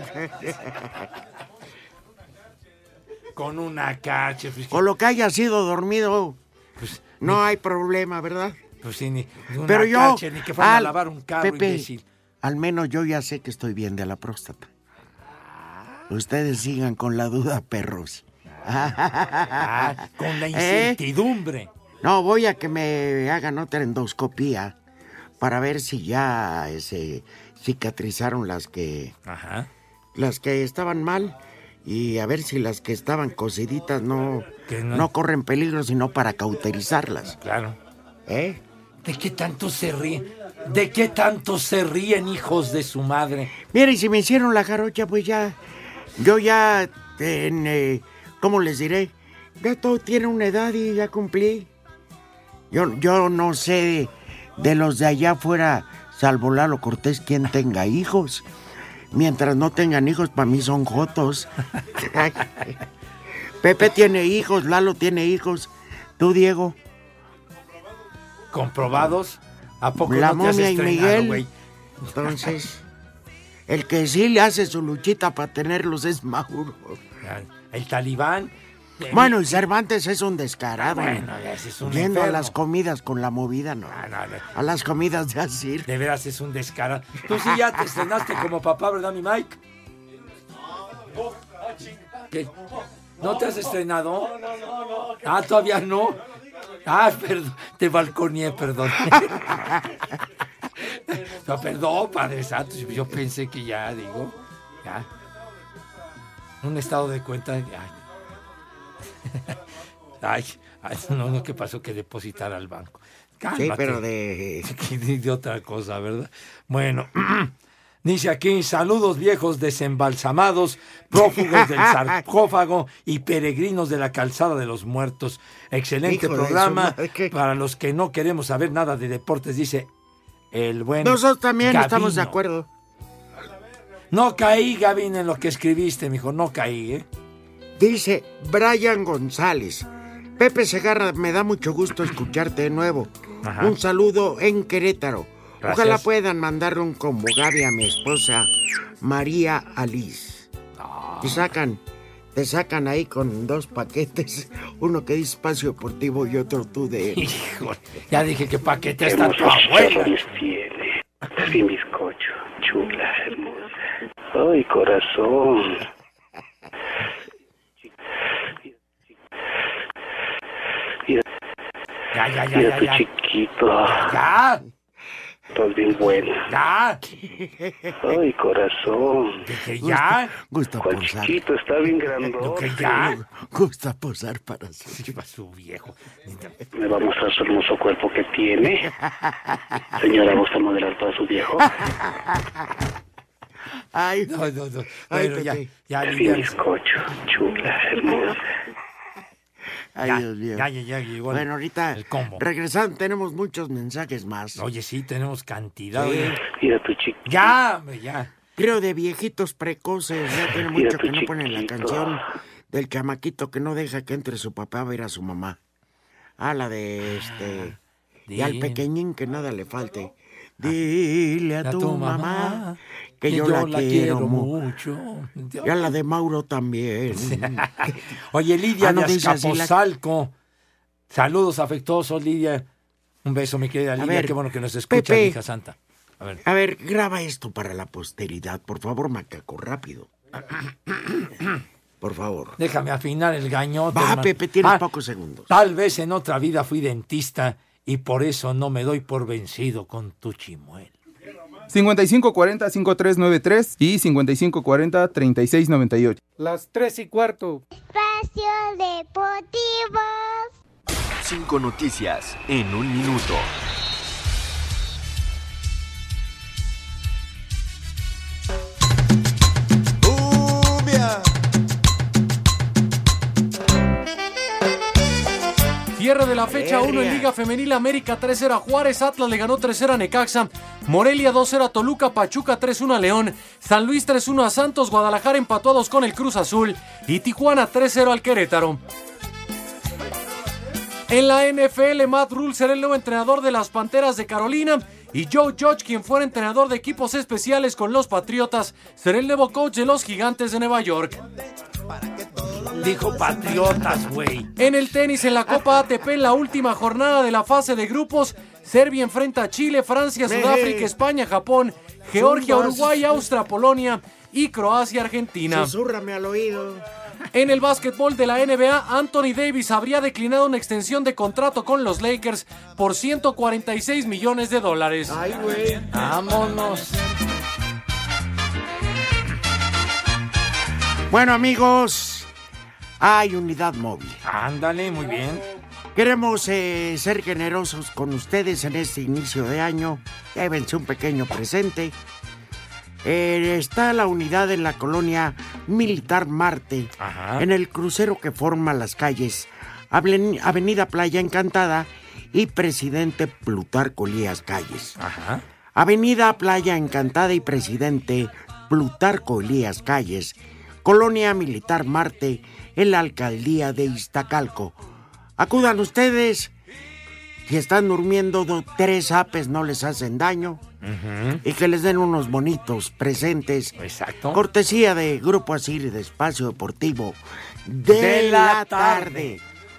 Con una cacha. Pues, o lo que haya sido dormido, pues, no hay problema, ¿verdad? Pues sí, ni una pero yo, cacha, ni que fuera a lavar un carro, Pepe, imbécil. Al menos yo ya sé que estoy bien de la próstata. Ustedes sigan con la duda, perros. Con la incertidumbre. No, voy a que me hagan otra endoscopía para ver si ya se cicatrizaron las que estaban mal y a ver si las que estaban cosiditas no corren peligro, sino para cauterizarlas. Claro. ¿De qué tanto se ríen? ¿De qué tanto se ríen, hijos de su madre? Mira, y si me hicieron la jarocha, pues ya... Yo ya, ¿cómo les diré? Ya todo tiene una edad y ya cumplí. Yo no sé de los de allá afuera, salvo Lalo Cortés, quien tenga hijos. Mientras no tengan hijos, para mí son jotos. Pepe tiene hijos, Lalo tiene hijos. ¿Tú, Diego? ¿Comprobados? ¿A poco la no te has momia y Miguel, güey? Entonces... El que sí le hace su luchita para tenerlos es Mauro. El Talibán. Bueno, y Cervantes es un descarado. Bueno, ese es un yendo enfermo. a las comidas con la movida, no. A las comidas de Asir. De veras es un descarado. Tú sí ya te estrenaste como papá, ¿verdad, mi Mike? ¿Qué? ¿No te has estrenado? Ah, todavía no. Ah, perdón, te balconeé, perdón. No, perdón, Padre Santo, yo pensé que ya, un estado de cuenta, ay, no, ¿qué pasó? Que depositar al banco. Cálmate. Sí, pero de otra cosa, ¿verdad? Bueno, dice aquí, saludos viejos desembalsamados, prófugos del sarcófago y peregrinos de la calzada de los muertos. Excelente programa para los que no queremos saber nada de deportes, dice el buen Nosotros también Gabino. Estamos de acuerdo. No caí, Gavin, en lo que escribiste, mijo, no caí, Dice Brian González. Pepe Segarra, me da mucho gusto escucharte de nuevo. Ajá. Un saludo en Querétaro. Gracias. Ojalá puedan mandarle un combo Gaby a mi esposa María Alice. Te sacan ahí con 2 paquetes, uno que dice Espacio Deportivo y otro tú de él. Híjole, ya dije que paquete está tu abuela. Sin bizcocho, chula, hermosa. Ay, corazón. Mira tu chiquito. Ya. Estás bien bueno. Ya. Ay, corazón. Que ya. Gusta ¿Cuál posar. chiquito? Está bien grandote. Que ya. Gusta posar para su Lleva su viejo. Me va a mostrar su hermoso cuerpo que tiene. Señora, ¿gusta modelar todo su viejo? Ay, No. Ay, Bueno, ya, Pepe. ya, Es Lidia. mi bizcocho. Chula, hermosa. ay, Ya, Dios mío. ya llegó Bueno, ahorita, el combo. regresando, tenemos muchos mensajes más. Oye, sí, tenemos cantidad. Sí. Oye. Mira tu chiquito. Ya, hombre, ya. Creo de viejitos precoces, ya tiene Mira mucho tu que no ponen la chiquito. canción del chamaquito que no deja que entre su papá a ver a su mamá. Ah, la de y al pequeñín que nada le falte. Dile a tu mamá que yo la quiero mucho. Y a la de Mauro también. Oye, Lidia no de dice así la- Azcapotzalco. Saludos afectuosos, Lidia. Un beso, mi querida Lidia. ver, Qué bueno que nos escucha, Pepe. hija santa. A ver, graba esto para la posteridad, por favor, macaco, rápido. Por favor. Déjame afinar el gañote. Va, hermano. Pepe, tienes pocos segundos. Tal vez en otra vida fui dentista y por eso no me doy por vencido con tu chimuelo. 5540-5393 y 5540-3698. Las 3:15. Espacio Deportivo. 5 noticias en un minuto. Cierre de la fecha 1 en Liga Femenil. América 3-0 a Juárez, Atlas le ganó 3-0 a Necaxa, Morelia 2-0 a Toluca, Pachuca 3-1 a León, San Luis 3-1 a Santos, Guadalajara empató a 2 con el Cruz Azul y Tijuana 3-0 al Querétaro. En la NFL, Matt Rhule será el nuevo entrenador de las Panteras de Carolina y Joe Judge, quien fuera entrenador de equipos especiales con los Patriotas, será el nuevo coach de los Gigantes de Nueva York. Dijo Patriotas, güey. En el tenis, en la Copa ATP, en la última jornada de la fase de grupos, Serbia enfrenta a Chile, Francia, Sudáfrica, España, Japón, Georgia, Uruguay, Austria, Polonia y Croacia, Argentina. Susúrrame al oído. En el básquetbol de la NBA, Anthony Davis habría declinado una extensión de contrato con los Lakers por $146 millones. Ay, güey. Vámonos. Bueno, amigos, hay unidad móvil. Ándale, muy bien. Queremos ser generosos con ustedes en este inicio de año. Llévense un pequeño presente. Está la unidad en la colonia Militar Marte, en el crucero que forma las calles Avenida Playa Encantada y Presidente Plutarco Elías Calles. Avenida Playa Encantada y Presidente Plutarco Elías Calles, colonia Militar Marte, en la alcaldía de Iztacalco. Acudan ustedes. Si están durmiendo, 3 apes no les hacen daño. Y que les den unos bonitos presentes. Exacto. Cortesía de Grupo Asir de Espacio Deportivo de la tarde.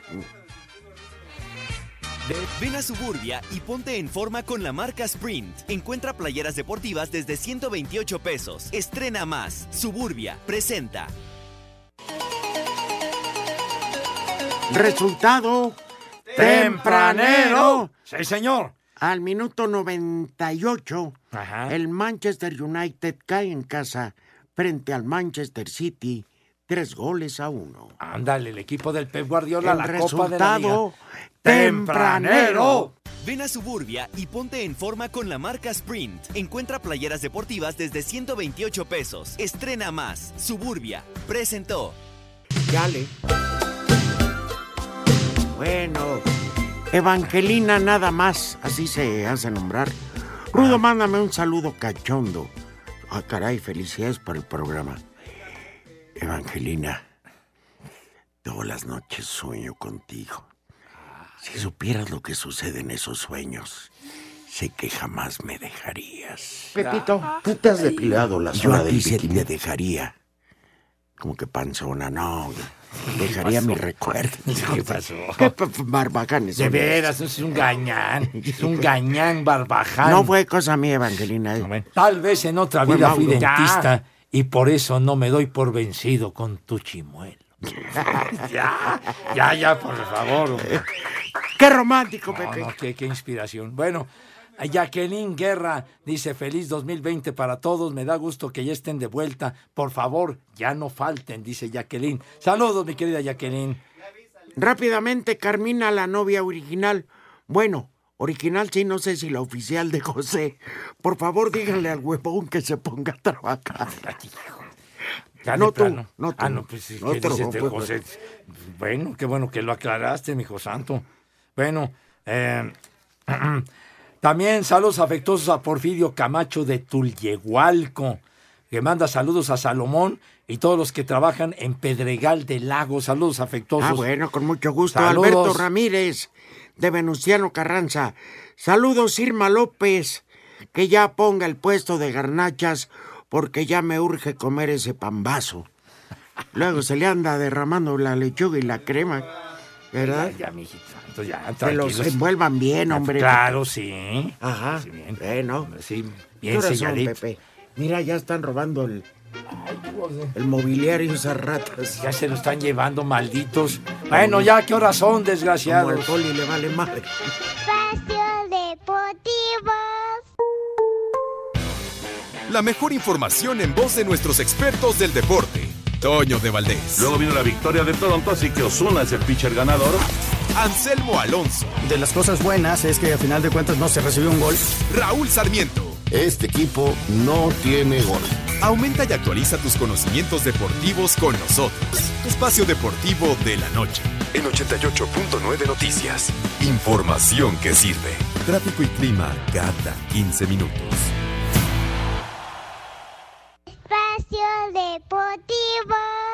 Ven a Suburbia y ponte en forma con la marca Sprint. Encuentra playeras deportivas desde 128 pesos. Estrena más. Suburbia presenta. Resultado tempranero. Sí, señor. Al minuto 98, el Manchester United cae en casa frente al Manchester City, 3-1. Ándale, el equipo del Pep Guardiola, El la resultado Copa de la Liga. tempranero. Ven a Suburbia y ponte en forma con la marca Sprint. Encuentra playeras deportivas desde 128 pesos. Estrena más. Suburbia presentó. Dale. Bueno, Evangelina nada más, así se hace nombrar. Rudo, mándame un saludo cachondo. Ah, caray, felicidades por el programa. Evangelina, todas las noches sueño contigo. Si supieras lo que sucede en esos sueños, sé que jamás me dejarías. Pepito, tú te has depilado la zona del bikini. Yo te dejaría. Como que panzona, no. Dejaría mi recuerdo. ¿Qué pasó? ¿Qué barbajanes? De veras, es un gañán. Es un gañán barbaján. No fue cosa mía, Evangelina. Tal vez en otra vida fui dentista y por eso no me doy por vencido con tu chimuelo. Ya, por favor. ¡Qué romántico, Pepe! No, qué inspiración. Bueno, Jacqueline Guerra dice, feliz 2020 para todos, me da gusto que ya estén de vuelta. Por favor, ya no falten, dice Jacqueline. Saludos, mi querida Jacqueline. Rápidamente, Carmina, la novia original. Bueno, original sí, no sé si la oficial de José. Por favor, díganle al huevón que se ponga a trabajar. No tú. Pues sí, ¿qué dices de José? Bueno, qué bueno que lo aclaraste, mi hijo santo. Bueno, también saludos afectuosos a Porfirio Camacho de Tulyehualco, que manda saludos a Salomón y todos los que trabajan en Pedregal del Lago. Saludos afectuosos. Bueno, con mucho gusto. Saludos. Alberto Ramírez de Venustiano Carranza. Saludos, Irma López, que ya ponga el puesto de garnachas porque ya me urge comer ese pambazo. Luego se le anda derramando la lechuga y la crema, ¿verdad? Ya, mijito. Entonces ya, que los envuelvan bien, hombre. Claro, sí. Ajá. Sí, bien. Bueno. Sí, bien selladito. Pepe. Mira, ya están robando el mobiliario esas ratas. Ya se lo están llevando, malditos. Bueno, ya, ¿qué horas son, desgraciados? Como al poli le vale madre. Espacio Deportivo. La mejor información en voz de nuestros expertos del deporte. Toño de Valdés. Luego vino la victoria de Toronto, así que Ozuna es el pitcher ganador. Anselmo Alonso. De las cosas buenas es que a final de cuentas no se recibió un gol. Raúl Sarmiento. Este equipo no tiene gol. Aumenta y actualiza tus conocimientos deportivos con nosotros. Espacio Deportivo de la Noche. En 88.9 Noticias. Información que sirve. Tráfico y clima cada 15 minutos. Espacio Deportivo.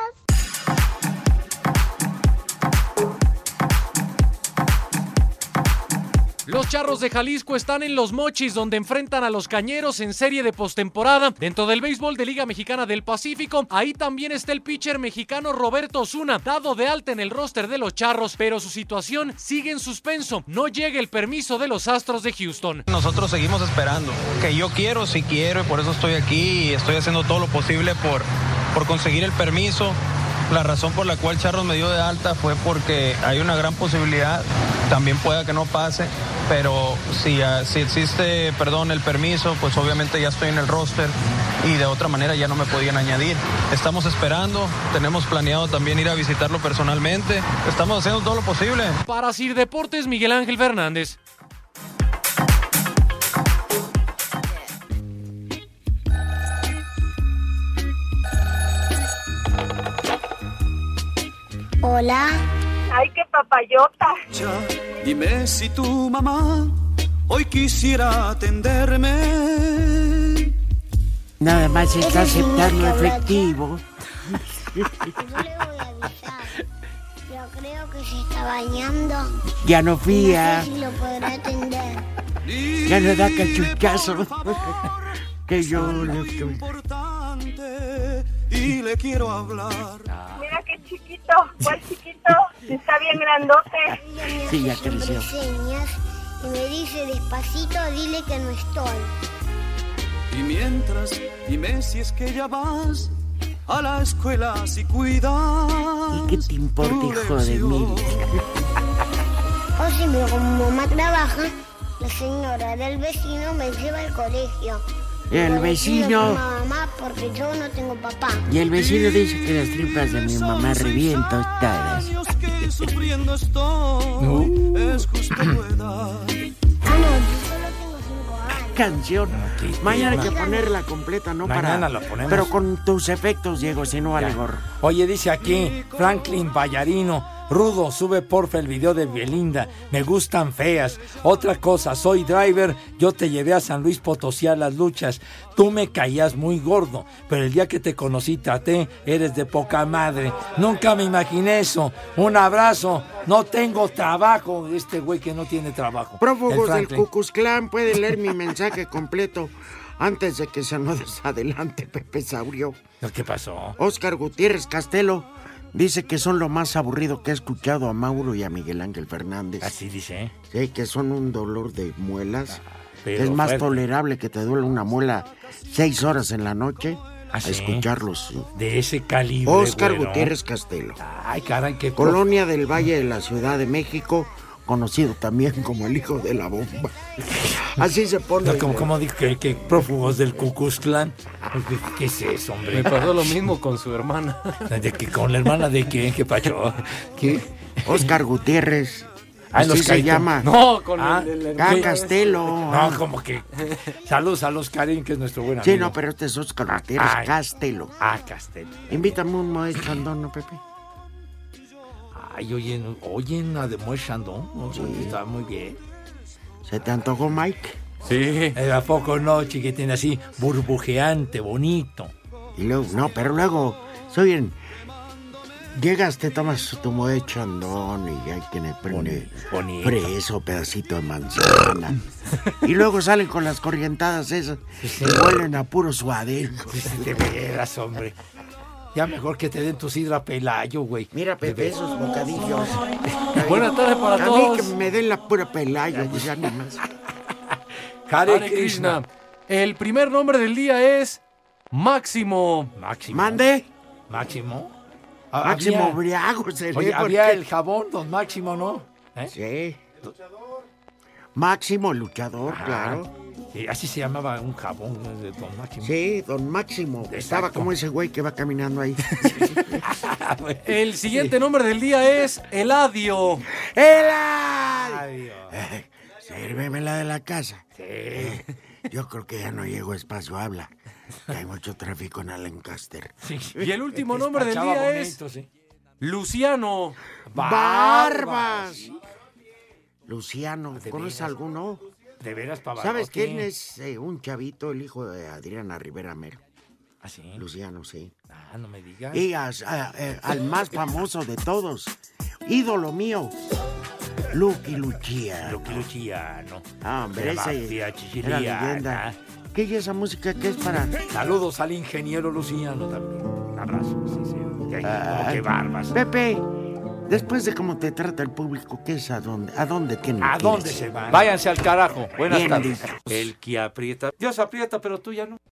Los Charros de Jalisco están en Los Mochis, donde enfrentan a los Cañeros en serie de postemporada dentro del béisbol de Liga Mexicana del Pacífico. Ahí también está el pitcher mexicano Roberto Ozuna, dado de alta en el roster de los Charros, pero su situación sigue en suspenso. No llega el permiso de los Astros de Houston. Nosotros seguimos esperando, que yo quiero, sí quiero, y por eso estoy aquí y estoy haciendo todo lo posible por conseguir el permiso. La razón por la cual Charros me dio de alta fue porque hay una gran posibilidad, también pueda que no pase, pero si existe, el permiso, pues obviamente ya estoy en el roster y de otra manera ya no me podían añadir. Estamos esperando, tenemos planeado también ir a visitarlo personalmente, estamos haciendo todo lo posible. Para Sir Deportes, Miguel Ángel Fernández. Hola. Ay, qué papayota. Dime si tu mamá hoy quisiera atenderme. Nada más está aceptando efectivo. No le voy a avisar, pero creo que se está bañando. Ya no fía. No sé si lo podrá atender. Ya no da cachuchazo. Que yo le importante y le quiero hablar. Mira qué chiquito, ¿cuál chiquito? Está bien grandote. Sí, ya creció. Señas y me dice despacito, dile que no estoy. Y mientras, dime si es que ya vas a la escuela, si cuidas. ¿Y qué te importa, hijo de mí? O si como mamá trabaja, la señora del vecino me lleva al colegio. El vecino. Mamá, porque yo no tengo papá. Y el vecino dice que las tripas de mi mamá revientan tostadas. Sufriendo estoy, es justo tu edad. Canción. Mañana hay que ponerla completa, ¿no? Mañana la ponemos. Pero con tus efectos, Diego, si no vale gorro. Oye, dice aquí Franklin Vallarino: Rudo, sube porfa el video de Belinda, me gustan feas. Otra cosa, soy driver, yo te llevé a San Luis Potosí a las luchas. Tú me caías muy gordo, pero el día que te conocí traté, eres de poca madre. Nunca me imaginé eso. Un abrazo, no tengo trabajo. Este güey que no tiene trabajo. Prófugos del Ku Klux Klan, pueden leer mi mensaje completo antes de que se nos adelante Pepe Saurio. ¿Qué pasó? Oscar Gutiérrez Castelo dice que son lo más aburrido que he escuchado a Mauro y a Miguel Ángel Fernández. Así dice. Sí, que son un dolor de muelas. Pero es más fuerte. tolerable que te duele una muela 6 horas en la noche a escucharlos. Sí. De ese calibre. Oscar güero. Gutiérrez Castelo. Ay, caray, qué Colonia del Valle de la Ciudad de México, conocido también como el hijo de la bomba. Así se pone. No, como dijo que prófugos del Ku Klux Klan. ¿Qué es eso, hombre? Me pasó lo mismo con su hermana. ¿Con la hermana de quién? ¿Qué pasó? ¿Qué? Oscar Gutiérrez. Así Así se llama. No, con el Castelo. No, como que. Saludos a los Karim, que es nuestro buen amigo. Sí, no, pero este es Oscar Gutiérrez Castelo. Castelo. Invítame un Moët Chandon, ¿no, Pepe? Ay, oyen a de Moët Chandon. No, sí. Está muy bien. ¿Se te antojó, Mike? Sí. ¿A poco no, chiquitín? Así, burbujeante, bonito. Y luego, no, pero luego, soy bien. Llegas, te tomas tu Moët Chandon y hay quien le prende preso, pedacito de manzana. Y luego salen con las corrientadas esas y huelen a puro suadero. De veras, hombre. Ya mejor que te den tu sidra Pelayo, güey. Mira, Pepe, esos bocadillos. Buenas tardes para todos. A mí que me den la pura Pelayo, pues ya nada más. Hare Krishna. El primer nombre del día es Máximo. ¿Mande? ¿Máximo? Máximo Briago se Oye, ve había el jabón, don Máximo, ¿no? Sí. Máximo, luchador, claro. Sí, así se llamaba un jabón de don Máximo. Sí, don Máximo. Exacto. Estaba como ese güey que va caminando ahí. El siguiente nombre del día es Eladio. ¡Eladio! Sírveme la de la casa. Sí. Yo creo que ya no llego a espacio habla. Hay mucho tráfico en Lancaster. Sí. Y el último nombre del día bonito, es Luciano Barbas. Luciano, ¿conoces alguno? De veras, Pavarotti. ¿Sabes quién es un chavito, el hijo de Adriana Rivera Mero? ¿Ah, sí? Luciano, sí. No me digas. Y al más famoso de todos, ídolo mío, Lucky Luciano. Lucky Luciano. Hombre, ese era leyenda. ¿Qué es esa música que es para...? Saludos al ingeniero Luciano también. Un abrazo. Sí. Qué barbas. Pepe, después de cómo te trata el público, ¿qué es a dónde tienen ¿A que dónde irse? se van? Váyanse al carajo. Buenas Bien tardes. dicho. El que aprieta. Dios aprieta, pero tú ya no.